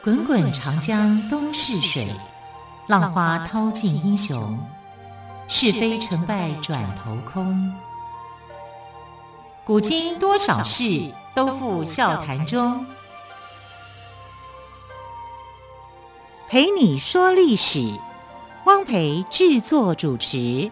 滚滚长江东逝水，浪花淘尽英雄。是非成败转头空。古今多少事，都付笑谈中。陪你说历史，汪培制作主持。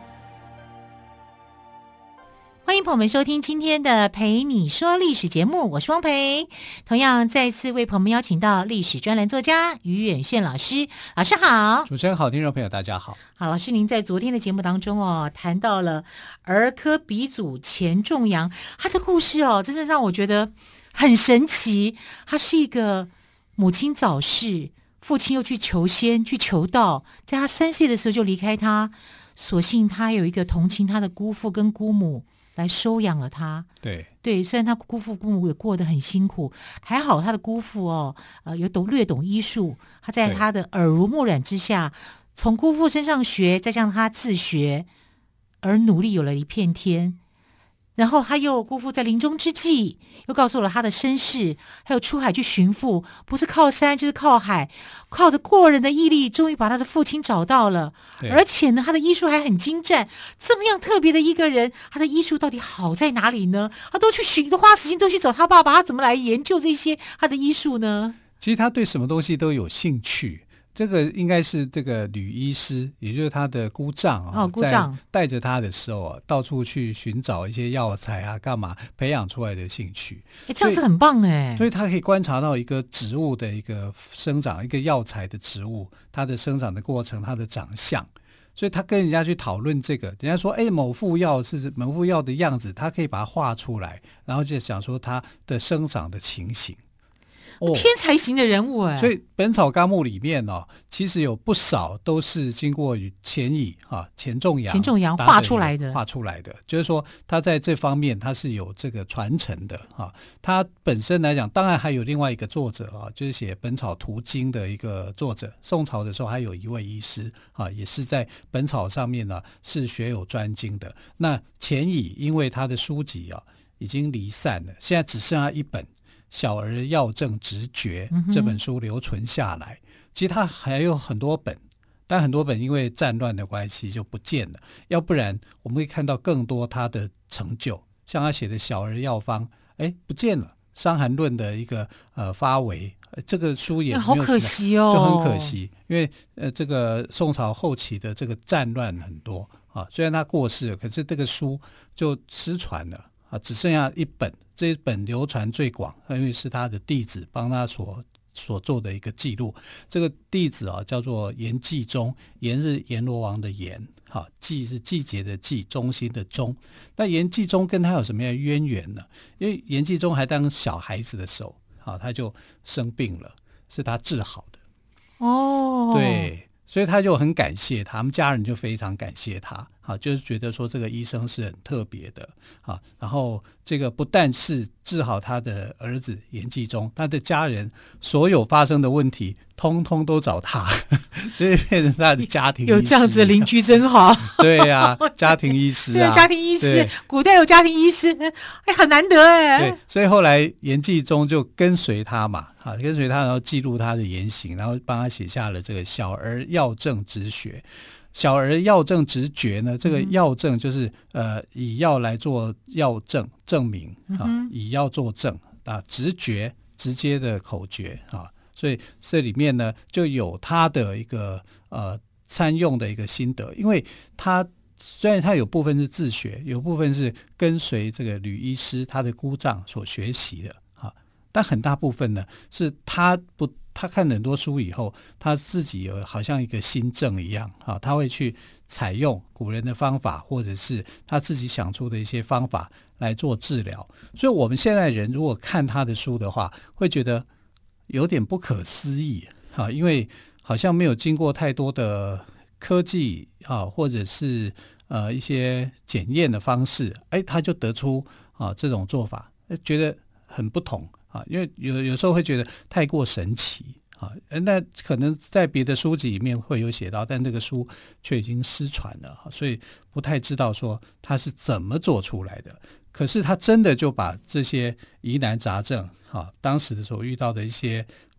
欢迎朋友们收听今天的陪你说历史节目，我是汪培。同样再次为朋友们邀请到历史专栏作家于远炫老师。老师好。 主持人好，听众朋友大家好。 好，老师您在昨天的节目当中谈到了儿科鼻祖钱仲扬，他的故事真的让我觉得很神奇。他是一个母亲早逝，父亲又去求仙去求道，在他3岁的时候就离开他，所幸他有一个同情他的姑父跟姑母来收养了他。对，虽然他姑父姑母也过得很辛苦，还好他的姑父略懂医术，他在他的耳濡目染之下，从姑父身上学，再向他自学，而努力有了一片天。然后姑父在临终之际又告诉了他的身世，还有出海去寻父，不是靠山就是靠海，靠着过人的毅力，终于把他的父亲找到了。而且呢，他的医术还很精湛。这么样特别的一个人，他的医术到底好在哪里呢？他都花时间都去找他爸爸，他怎么来研究这些他的医术呢？ 其实他对什么东西都有兴趣。这个应该是这个吕医师，也就是他的姑丈在带着他的时候到处去寻找一些药材啊，干嘛培养出来的兴趣。 这样子很棒哎。 所以他可以观察到一个植物的一个生长，一个药材的植物，它的生长的过程，它的长相。所以他跟人家去讨论这个，人家说某副药是某副药的样子，他可以把它画出来，然后就想说它的生长的情形。 天才型的人物哎。 所以《本草纲目》里面其实有不少都是经过钱仲扬画出来的，就是说他在这方面他是有这个传承的他本身来讲，当然还有另外一个作者就是写《本草图经》的一个作者。宋朝的时候还有一位医师也是在本草上面是学有专精的。那钱乙因为他的书籍已经离散了，现在只剩下一本小儿药证直诀这本书留存下来。其实它还有很多本，但很多本因为战乱的关系就不见了，要不然我们会看到更多他的成就，像他写的小儿药方不见了，伤寒论的一个发为这个书也好可惜就很可惜。因为这个宋朝后期的这个战乱很多虽然他过世了，可是这个书就失传了只剩下一本，这一本流传最广，因为是他的弟子帮他所做的一个记录。这个弟子叫做严季中，严是阎罗王的严，季是季节的季，中心的中。那严季中跟他有什么样的渊源呢？因为严季中还当小孩子的时候他就生病了，是他治好的。对，所以他就很感谢他们家人，就非常感谢他就是觉得说这个医生是很特别的然后这个不但是治好他的儿子严季中，他的家人所有发生的问题通通都找他所以变成他的家庭医师。 有这样子的邻居真好对呀家庭医师对，家庭医师，古代有家庭医师很难得对，所以后来严季中就跟随他嘛跟随他，然后记录他的言行，然后帮他写下了这个小儿药证直学。小儿药证直诀呢，这个药证就是以药来做药证证明以药作证直诀直接的口诀所以这里面呢就有他的一个参用的一个心得。因为他虽然他有部分是自学，有部分是跟随这个吕医师他的姑丈所学习的但很大部分呢是他看了很多书以后，他自己有好像一个心证一样他会去采用古人的方法，或者是他自己想出的一些方法来做治疗。所以我们现在人如果看他的书的话，会觉得有点不可思议因为好像没有经过太多的科技或者是一些检验的方式他就得出这种做法，觉得很不同因为有时候会觉得太过神奇那可能在别的书籍里面会有写到，但这个书却已经失传了所以不太知道说他是怎么做出来的。可是他真的就把这些疑难杂症当时所遇到的一些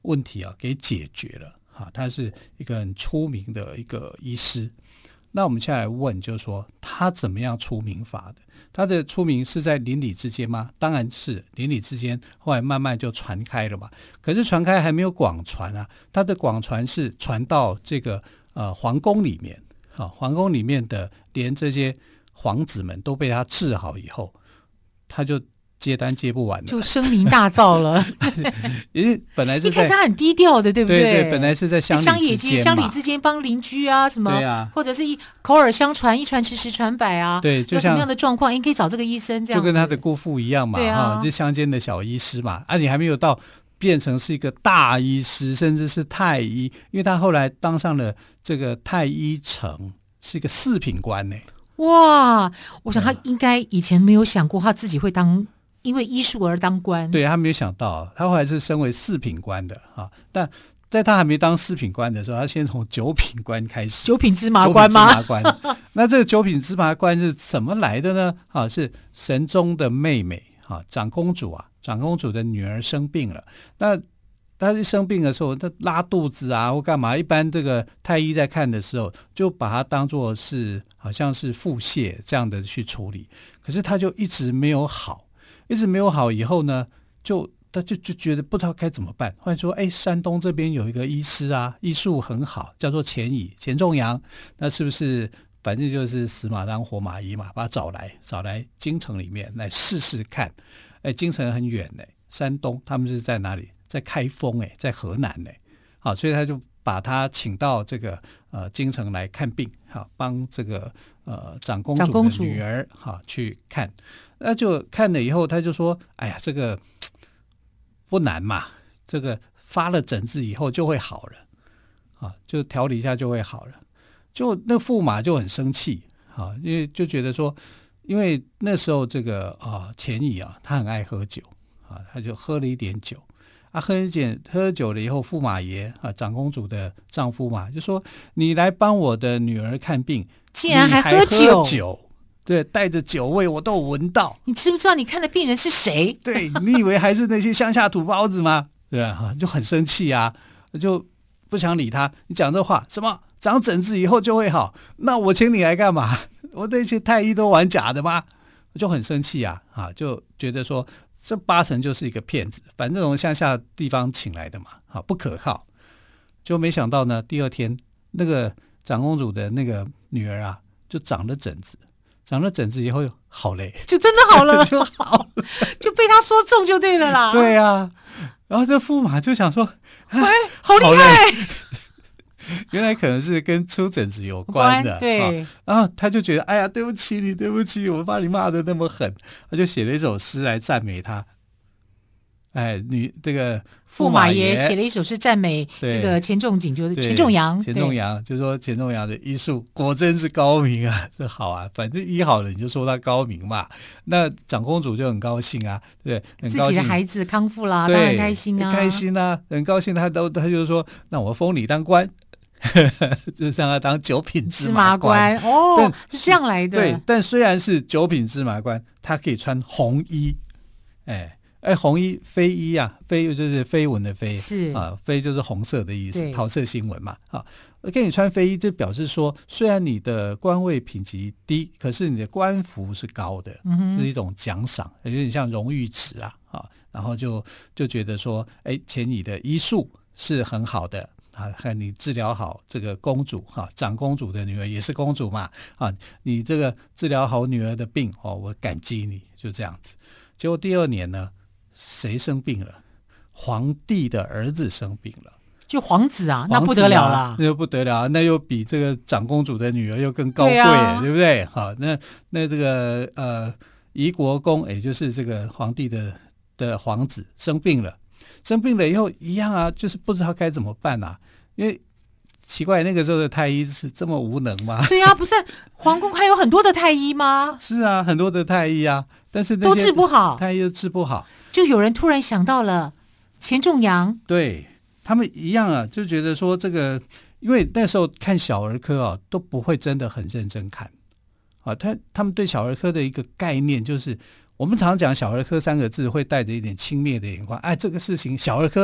问题啊给解决了啊，他是一个很出名的一个医师。那我们现在来问，就是说他怎么样出名法的？他的出名是在邻里之间吗？当然是邻里之间，后来慢慢就传开了嘛。可是传开还没有广传啊，他的广传是传到这个皇宫里面啊，皇宫里面的连这些皇子们都被他治好以后，他就接单接不完了， 就声名大噪了。 因为本来是一开始他很低调的，对不对？ 对，本来是在乡里之间嘛， 乡里之间帮邻居啊什么， 对啊， 或者是口耳相传，一传十，十传百啊。 对，就像有什么样的状况，可以找这个医生这样子， 就跟他的姑父一样嘛， 对啊， 就乡间的小医师嘛。你还没有到变成是一个大医师，甚至是太医，因为他后来当上了这个太医丞，是一个四品官呢。 哇，我想他应该以前没有想过他自己会因为医术而当官。 对，他没有想到，他后来是升为四品官的啊。但在他还没当四品官的时候，他先从九品官开始。 九品芝麻官吗？ 那这个九品芝麻官是怎么来的呢？是神宗的妹妹长公主啊，长公主的女儿生病了。那她一生病的时候，她拉肚子啊或干嘛，一般这个太医在看的时候，就把她当作是好像是腹泻这样的去处理。可是她就一直没有好，一直没有好以后呢，他就觉得不知道该怎么办。后来说，山东这边有一个医师啊，医术很好，叫做钱仲阳，那是不是反正就是死马当活马医嘛，把他找来京城里面来试试看。京城很远呢，山东他们是在哪里？在开封在河南呢。好，所以他就把他请到这个京城来看病，帮这个长公主的女儿去看。那就看了以后，他就说：“哎呀，这个不难嘛，这个发了疹子以后就会好了，就调理一下就会好了。”就那驸马就很生气因为就觉得说，因为那时候这个钱乙他很爱喝酒他就喝了一点酒喝酒了以后，驸马爷长公主的丈夫嘛，就说：“你来帮我的女儿看病， 竟然还喝酒。”对，带着酒味我都有闻到。 你知不知道你看的病人是谁？ 对，你以为还是那些乡下土包子吗？对啊，就很生气啊，就不想理他。你讲这话什么？长疹子以后就会好？那我请你来干嘛？我那些太医都玩假的吗？就很生气啊，就觉得说这八成就是一个骗子，反正从乡下地方请来的嘛，不可靠。就没想到呢，第二天那个长公主的那个女儿啊，就长了疹子。长了疹子以后好嘞， 就真的好了， 就好了， 就被他说中就对了啦。 对啊，然后这驸马就想说， 好厉害， 原来可能是跟出疹子有关的。 对， 然后他就觉得，哎呀，对不起你，对不起，我把你骂得那么狠，他就写了一首诗来赞美他。这个驸马爷写了一首诗赞美这个钱仲景，就是钱仲阳。 就说钱仲阳的医术果真是高明啊，这好啊，反正医好了你就说他高明嘛。那长公主就很高兴啊，对，很高兴自己的孩子康复啦，当然开心啊， 开心啊，很高兴。他就说，那我封你当官，就让他当九品芝麻官。 哦，是这样来的。 对，但虽然是九品芝麻官，他可以穿红衣，红衣飞衣啊，飞就是绯闻的飞， 是飞就是红色的意思，桃色新闻嘛。给你穿飞衣，就表示说，虽然你的官位品级低，可是你的官服是高的，是一种奖赏，有点像荣誉值啊。然后就觉得说，钱乙的医术是很好的和你治疗好这个公主长公主的女儿也是公主嘛你这个治疗好女儿的病我感激你，就这样子。结果第二年呢？谁生病了？皇帝的儿子生病了， 就皇子啊，那不得了了， 那就不得了，那又比这个长公主的女儿又更高贵，对不对？好，那这个宜国公，也就是这个皇帝的皇子生病了以后一样啊，就是不知道该怎么办啊，因为奇怪，那个时候的太医是这么无能吗？ 对啊，不是皇宫还有很多的太医吗？ 是啊，很多的太医啊，但是都治不好， 太医都治不好。 就有人突然想到了钱仲阳， 对，他们一样啊，就觉得说这个，因为那时候看小儿科都不会真的很认真看他们对小儿科的一个概念就是，我们常讲小儿科3个字会带着一点轻蔑的眼光，这个事情小儿科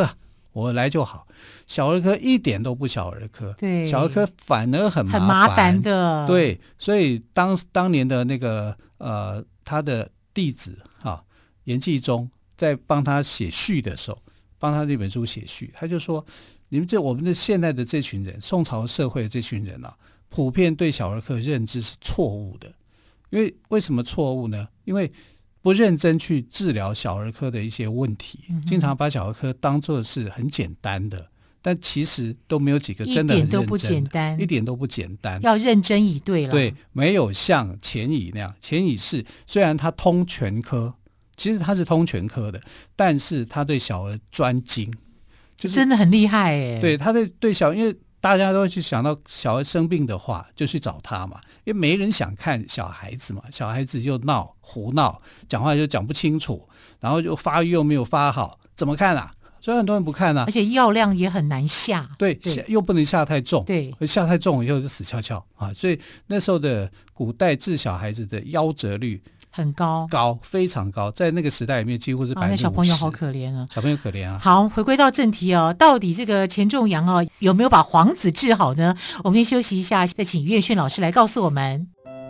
我来就好。小儿科一点都不小儿科， 对， 小儿科反而很麻烦的。 对，所以当年的那个他的弟子严继忠在帮他写序的时候，帮他那本书写序，他就说：你们我们的现在的这群人，宋朝社会的这群人普遍对小儿科认知是错误的。因为什么错误呢？因为不认真去治疗小儿科的一些问题，经常把小儿科当作是很简单的，但其实都没有几个真的很认真的，一点都不简单，一点都不简单， 要认真以对了。 对，没有像钱乙那样，钱乙是虽然他通全科，其实他是通全科的，但是他对小儿专精，就是真的很厉害耶。 对，他对小，因为大家都会去想到小孩生病的话就去找他嘛，因为没人想看小孩子嘛，小孩子又胡闹，讲话就讲不清楚，然后就发育又没有发好，怎么看啊？所以很多人不看啊， 而且药量也很难下， 对，又不能下太重， 对， 下太重以后就死翘翘啊。所以那时候的古代治小孩子的夭折率很高， 非常高，在那个时代里面几乎是50%。 那小朋友好可怜啊， 小朋友可怜啊。 好，回归到正题到底这个钱仲阳有没有把皇子治好呢？我们先休息一下，再请岳训老师来告诉我们。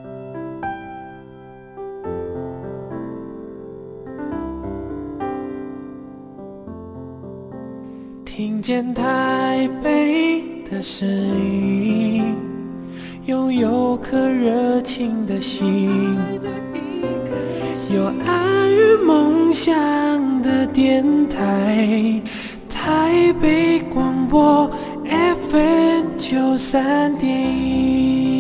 听见台北的声音，拥有颗热情的心，有爱与梦想的电台，台北广播 FM93.1。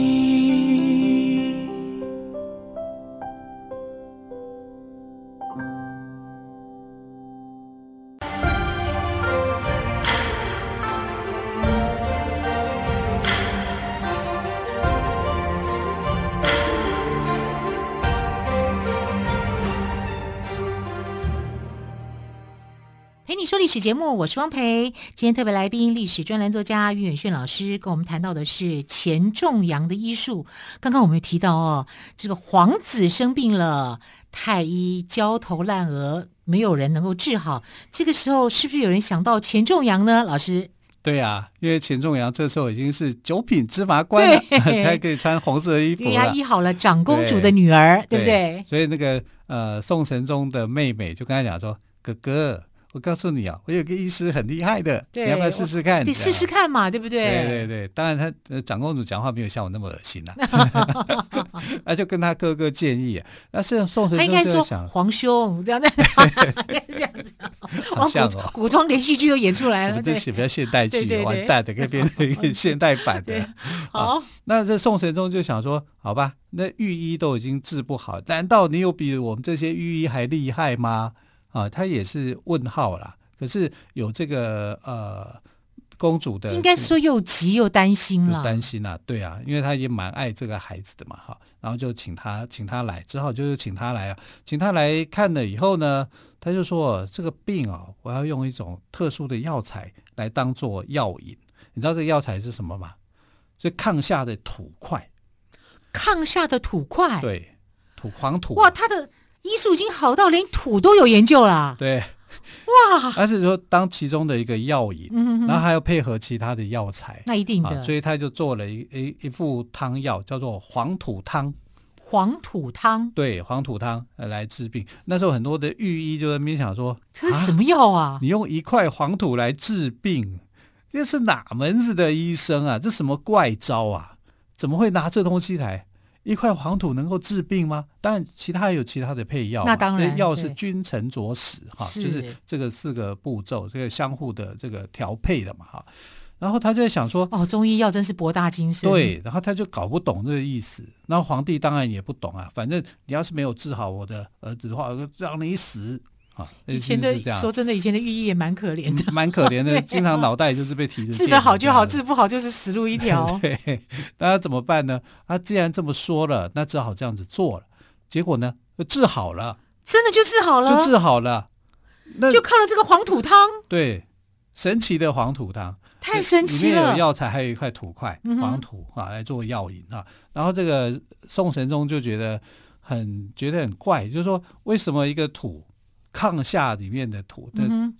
陪你说历史节目，我是汪培。今天特别来宾，历史专栏作家于远炫老师跟我们谈到的是钱仲阳的医术。刚刚我们提到这个皇子生病了，太医焦头烂额，没有人能够治好。这个时候是不是有人想到钱仲阳呢？老师？ 对啊，因为钱仲阳这时候已经是9品芝麻官了，才可以穿红色的衣服了， 因为他医好了长公主的女儿， 对不对？ 所以那个宋神宗的妹妹就跟他讲说：哥哥，我告诉你我有个医师很厉害的，你要不要试试看？ 得试试看嘛，对不对？ 对对对，当然他长公主讲话没有像我那么恶心那就跟他哥哥建议那是宋神宗就想，他应该说皇兄这样子，这样子， 好像古装连续剧都演出来了， 这是比较现代剧， 对完蛋的，可以变成一个现代版的。 好， 那这宋神宗就想说，好吧，那御医都已经治不好，难道你有比我们这些御医还厉害吗？他也是问号啦。可是有这个公主的， 应该说又急又担心了， 担心啊，对啊，因为他也蛮爱这个孩子的嘛，然后就请他来，只好就是请他来看了以后呢，他就说这个病我要用一种特殊的药材来当做药引。你知道这个药材是什么吗？是炕下的土块。 炕下的土块， 对，黄土。 哇，他的医术已经好到连土都有研究了。 对， 哇， 他是说当其中的一个药引，然后还要配合其他的药材， 那一定的， 所以他就做了一副汤药，叫做黄土汤。 黄土汤， 对，黄土汤来治病。那时候很多的御医就在那边想说， 这是什么药啊？ 你用一块黄土来治病，这是哪门子的医生啊？这什么怪招啊？怎么会拿这东西来？一块黄土能够治病吗？当然，其他有其他的配药， 那当然， 药是君臣佐使就是这个4个步骤，这个相互的这个调配的嘛然后他就在想说， 中医药真是博大精深。 对，然后他就搞不懂这个意思，然后皇帝当然也不懂反正你要是没有治好我的儿子的话，让你死以前的说真的，以前的御医也蛮可怜的， 蛮可怜的，经常脑袋就是被提着， 治得好就好，治不好就是死路一条。 对，那怎么办呢？既然这么说了，那只好这样子做了。结果呢，治好了， 真的就治好了，那就靠了这个黄土汤。 对，神奇的黄土汤。 太神奇了！ 里面有药材，还有一块土块，黄土来做药引然后这个宋神宗就觉得很怪，就是说为什么一个土炕下里面的土的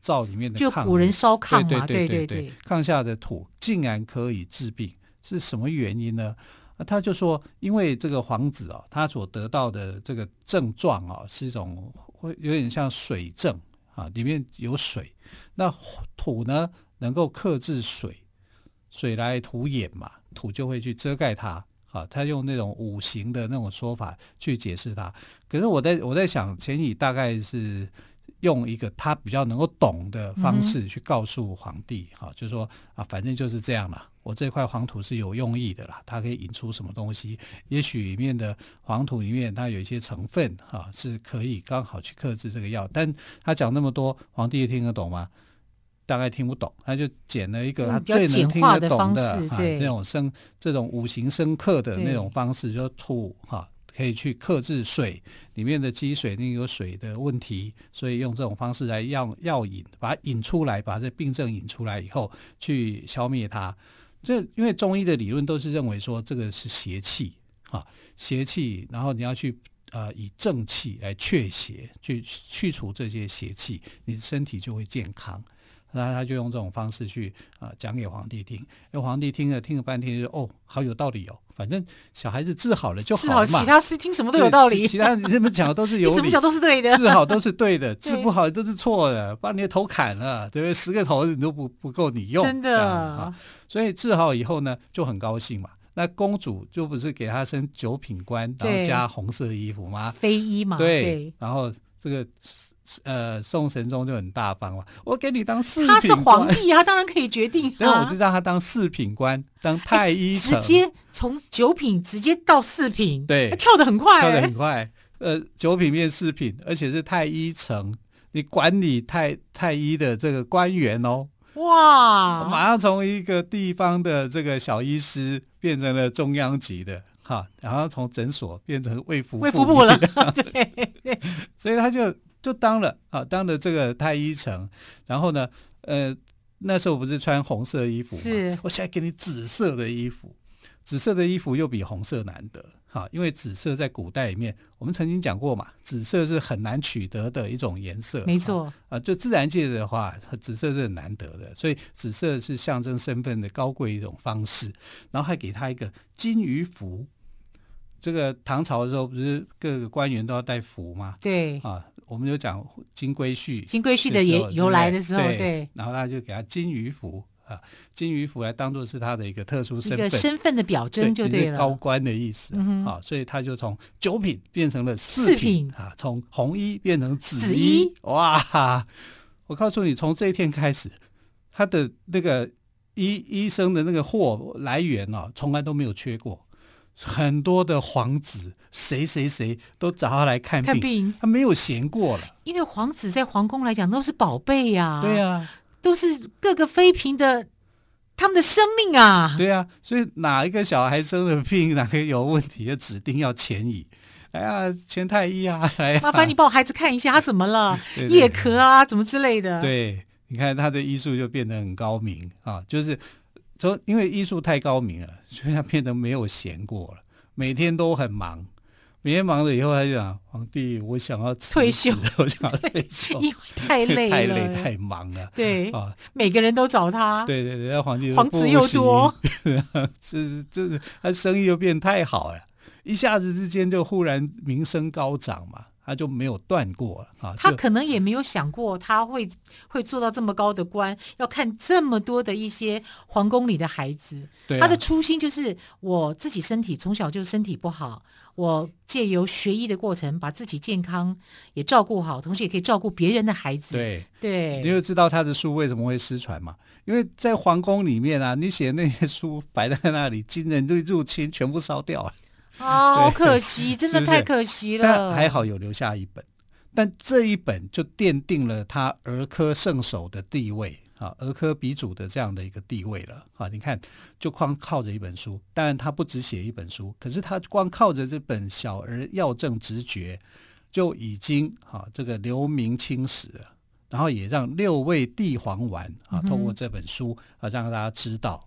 灶里面的就古人烧炕嘛， 对对对， 炕下的土竟然可以治病，是什么原因呢？他就说，因为这个黄子啊，他所得到的这个症状啊，是一种会有点像水症啊，里面有水，那土呢能够克制水，水来土掩嘛，土就会去遮盖它。啊，他用那种五行的那种说法去解释它。可是我在想，钱乙大概是用一个他比较能够懂的方式去告诉皇帝，就是说啊，反正就是这样啦。我这块黄土是有用意的啦，它可以引出什么东西？也许里面的黄土里面它有一些成分是可以刚好去克制这个药。但他讲那么多，皇帝也听得懂吗？大概听不懂，他就捡了一个他最能听得懂的这种五行生克的那种方式，就土可以去克制水里面的积水，那有水的问题，所以用这种方式来药引，把它引出来，把这病症引出来以后去消灭它。因为中医的理论都是认为说这个是邪气邪气，然后你要去以正气来祛邪，去除这些邪气，你的身体就会健康。那他就用这种方式去讲给皇帝听，因为皇帝听了半天就好有道理哦，反正小孩子治好了就好了嘛， 其他事听什么都有道理， 其他你这么讲的都是有理， 你怎么讲都是对的， 治好都是对的，治不好都是错的，把你的头砍了，对不对？10个头你都不够你用， 真的所以治好以后呢就很高兴嘛。那公主就不是给他升9品官，然后加红色衣服吗？ 飞衣嘛， 对，然后这个宋神宗就很大方了，我给你当4品官， 他是皇帝，他当然可以决定然后我就让他当4品官，当太医丞， 直接从9品直接到4品， 对， 跳得很快， 跳得很快，9品变4品，而且是太医丞，你管理太医的这个官员哦， 哇， 马上从一个地方的这个小医师变成了中央级的。然后从诊所变成卫福部了，对， 所以他就当了这个太医丞。然后呢，那时候不是穿红色衣服吗？ 是， 我现在给你紫色的衣服，紫色的衣服又比红色难得。因为紫色在古代里面，我们曾经讲过嘛，紫色是很难取得的一种颜色， 没错就自然界的话，紫色是很难得的，所以紫色是象征身份的高贵一种方式。然后还给他一个金鱼服，这个唐朝的时候不是各个官员都要戴服吗？ 对我们就讲金龟婿的由来的时候，对， 然后他就给他金鱼服。金鱼服来当作是他的一个特殊身份， 一个身份的表征就对了， 是高官的意思。所以他就从9品变成了4品从红衣变成紫衣。哇！我告诉你，从这一天开始，他的那个医生的那个货来源从来都没有缺过。很多的皇子谁都找他来看病，他没有闲过了。 因为皇子在皇宫来讲都是宝贝呀， 对呀， 都是各个妃嫔的他们的生命啊。 对啊，所以哪一个小孩生了病，哪个有问题，就指定要钱乙。哎呀，钱太医啊，来麻烦你帮我孩子看一下他怎么了，叶咳啊，怎么之类的。 对，你看他的医术就变得很高明就是因为医术太高明了，所以他变得没有闲过了，每天都很忙。每天忙了以后，他就讲：“皇帝，我想要退休， 我想要退休， 因为太累了， 太忙了。” 对每个人都找他。 对，那皇帝皇子又多， 就是他生意又变太好了，一下子之间就忽然名声高涨嘛。他就没有断过了他可能也没有想过他会做到这么高的官，要看这么多的一些皇宫里的孩子。他的初心就是我自己从小就身体不好，我借由学医的过程把自己健康也照顾好，同时也可以照顾别人的孩子。对， 你就知道他的书为什么会失传嘛？因为在皇宫里面你写那些书摆在那里，金人入侵全部烧掉了。 好可惜，真的太可惜了。 但还好有留下一本，但这一本就奠定了他儿科圣手的地位儿科鼻祖的这样的一个地位了你看，就光靠着一本书，当然他不只写一本书，可是他光靠着这本《小儿药证直诀》就已经这个留名青史了，然后也让6味地黄丸透过这本书让大家知道。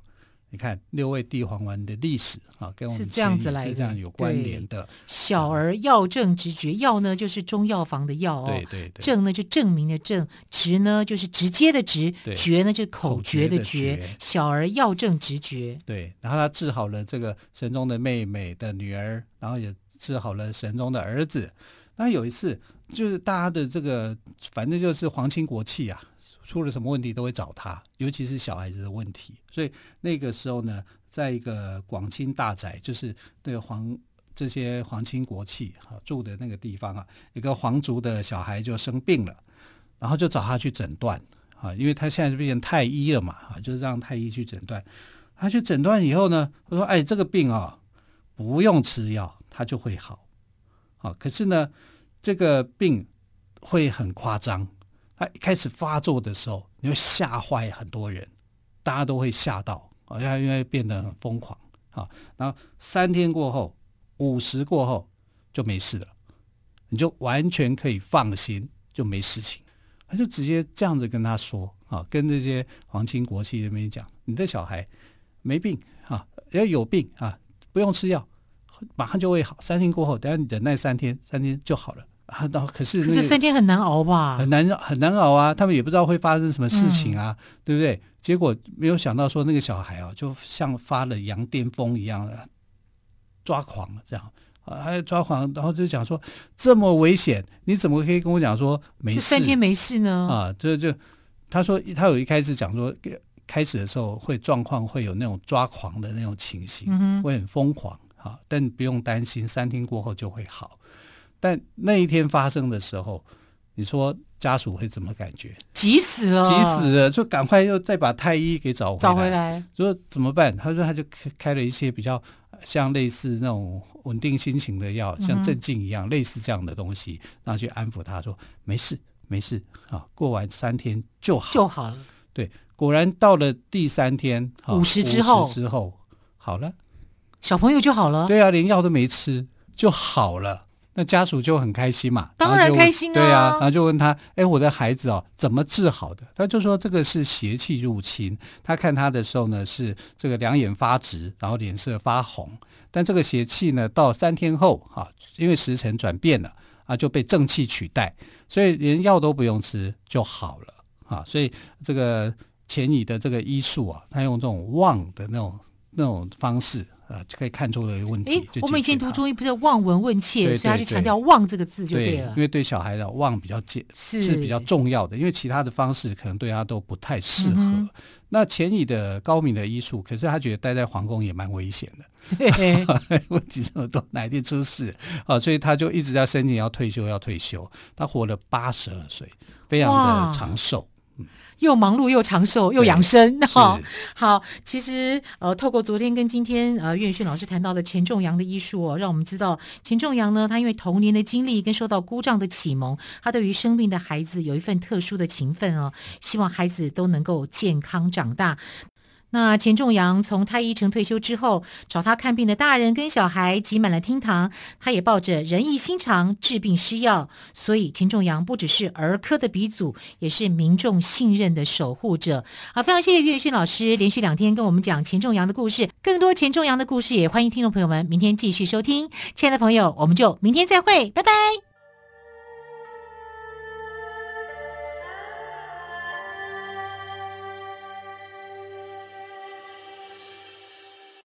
你看6味地黄丸的历史啊，跟我们是这样子来的， 是这样有关联的。 小儿药证直觉，药呢就是中药房的药对对对， 证呢就证明的证，直呢就是直接的直，觉呢就是口诀的诀，小儿药证直觉。 对，然后他治好了这个神宗的妹妹的女儿，然后也治好了神宗的儿子。那有一次就是大家的这个反正就是皇亲国戚啊，出了什么问题都会找他，尤其是小孩子的问题。所以那个时候呢，在一个广清大宅，就是那个这些皇亲国戚住的那个地方啊，一个皇族的小孩就生病了，然后就找他去诊断啊，因为他现在变成太医了嘛，就是让太医去诊断。他去诊断以后呢，他说：“哎，这个病啊，不用吃药，它就会好。可是呢，这个病会很夸张。他一开始发作的时候，你会吓坏很多人，大家都会吓到，因为变得很疯狂啊。然后3天过后，50过后就没事了，你就完全可以放心，就没事情。他就直接这样子跟他说啊，跟这些皇亲国戚那边讲，你的小孩没病啊，要有病啊，不用吃药，马上就会好。3天过后，等下你忍耐3天就好了。”可是这3天很难熬吧？ 很难熬啊！他们也不知道会发生什么事情啊，对不对？结果没有想到说那个小孩就像发了羊癫疯一样抓狂这样还抓狂，然后就讲说这么危险，你怎么可以跟我讲说没事？ 这3天没事呢？ 他说他有一开始讲说，开始的时候状况会有那种抓狂的那种情形，会很疯狂但不用担心，3天过后就会好。但那一天发生的时候，你说家属会怎么感觉？ 急死了， 就赶快又再把太医给找回来。说怎么办？他说他就开了一些比较像类似那种稳定心情的药，像镇静一样，类似这样的东西，然后去安抚他说没事过完3天就好了。对，果然到了第3天 50之后好了， 小朋友就好了。 对啊，连药都没吃就好了。那家属就很开心嘛， 当然开心啊。 对啊，然后就问他，我的孩子怎么治好的？他就说这个是邪气入侵，他看他的时候呢是这个两眼发直，然后脸色发红，但这个邪气呢到3天后因为时辰转变了就被正气取代，所以连药都不用吃就好了所以这个钱乙的这个医术他用这种望的那种方式就可以看出了问题。 我们以前读中医不是望闻问切，所以他就强调望这个字就对了。 因为对小孩的望比较是比较重要的，因为其他的方式可能对他都不太适合。那钱乙的高明的医术，可是他觉得待在皇宫也蛮危险的， 对， 问题这么多，哪一天出事所以他就一直在申请要退休。他活了82岁，非常的长寿。 又忙碌又长寿又养生好，其实透过昨天跟今天岳轩老师谈到的钱仲阳的医术让我们知道钱仲阳呢，他因为童年的经历跟受到姑丈的启蒙，他对于生病的孩子有一份特殊的情分希望孩子都能够健康长大。那钱仲阳从太医城退休之后，找他看病的大人跟小孩挤满了厅堂，他也抱着仁义心肠治病施药，所以钱仲阳不只是儿科的鼻祖，也是民众信任的守护者。好，非常谢谢岳轩老师连续2天跟我们讲钱仲阳的故事，更多钱仲阳的故事也欢迎听众朋友们明天继续收听。亲爱的朋友，我们就明天再会，拜拜。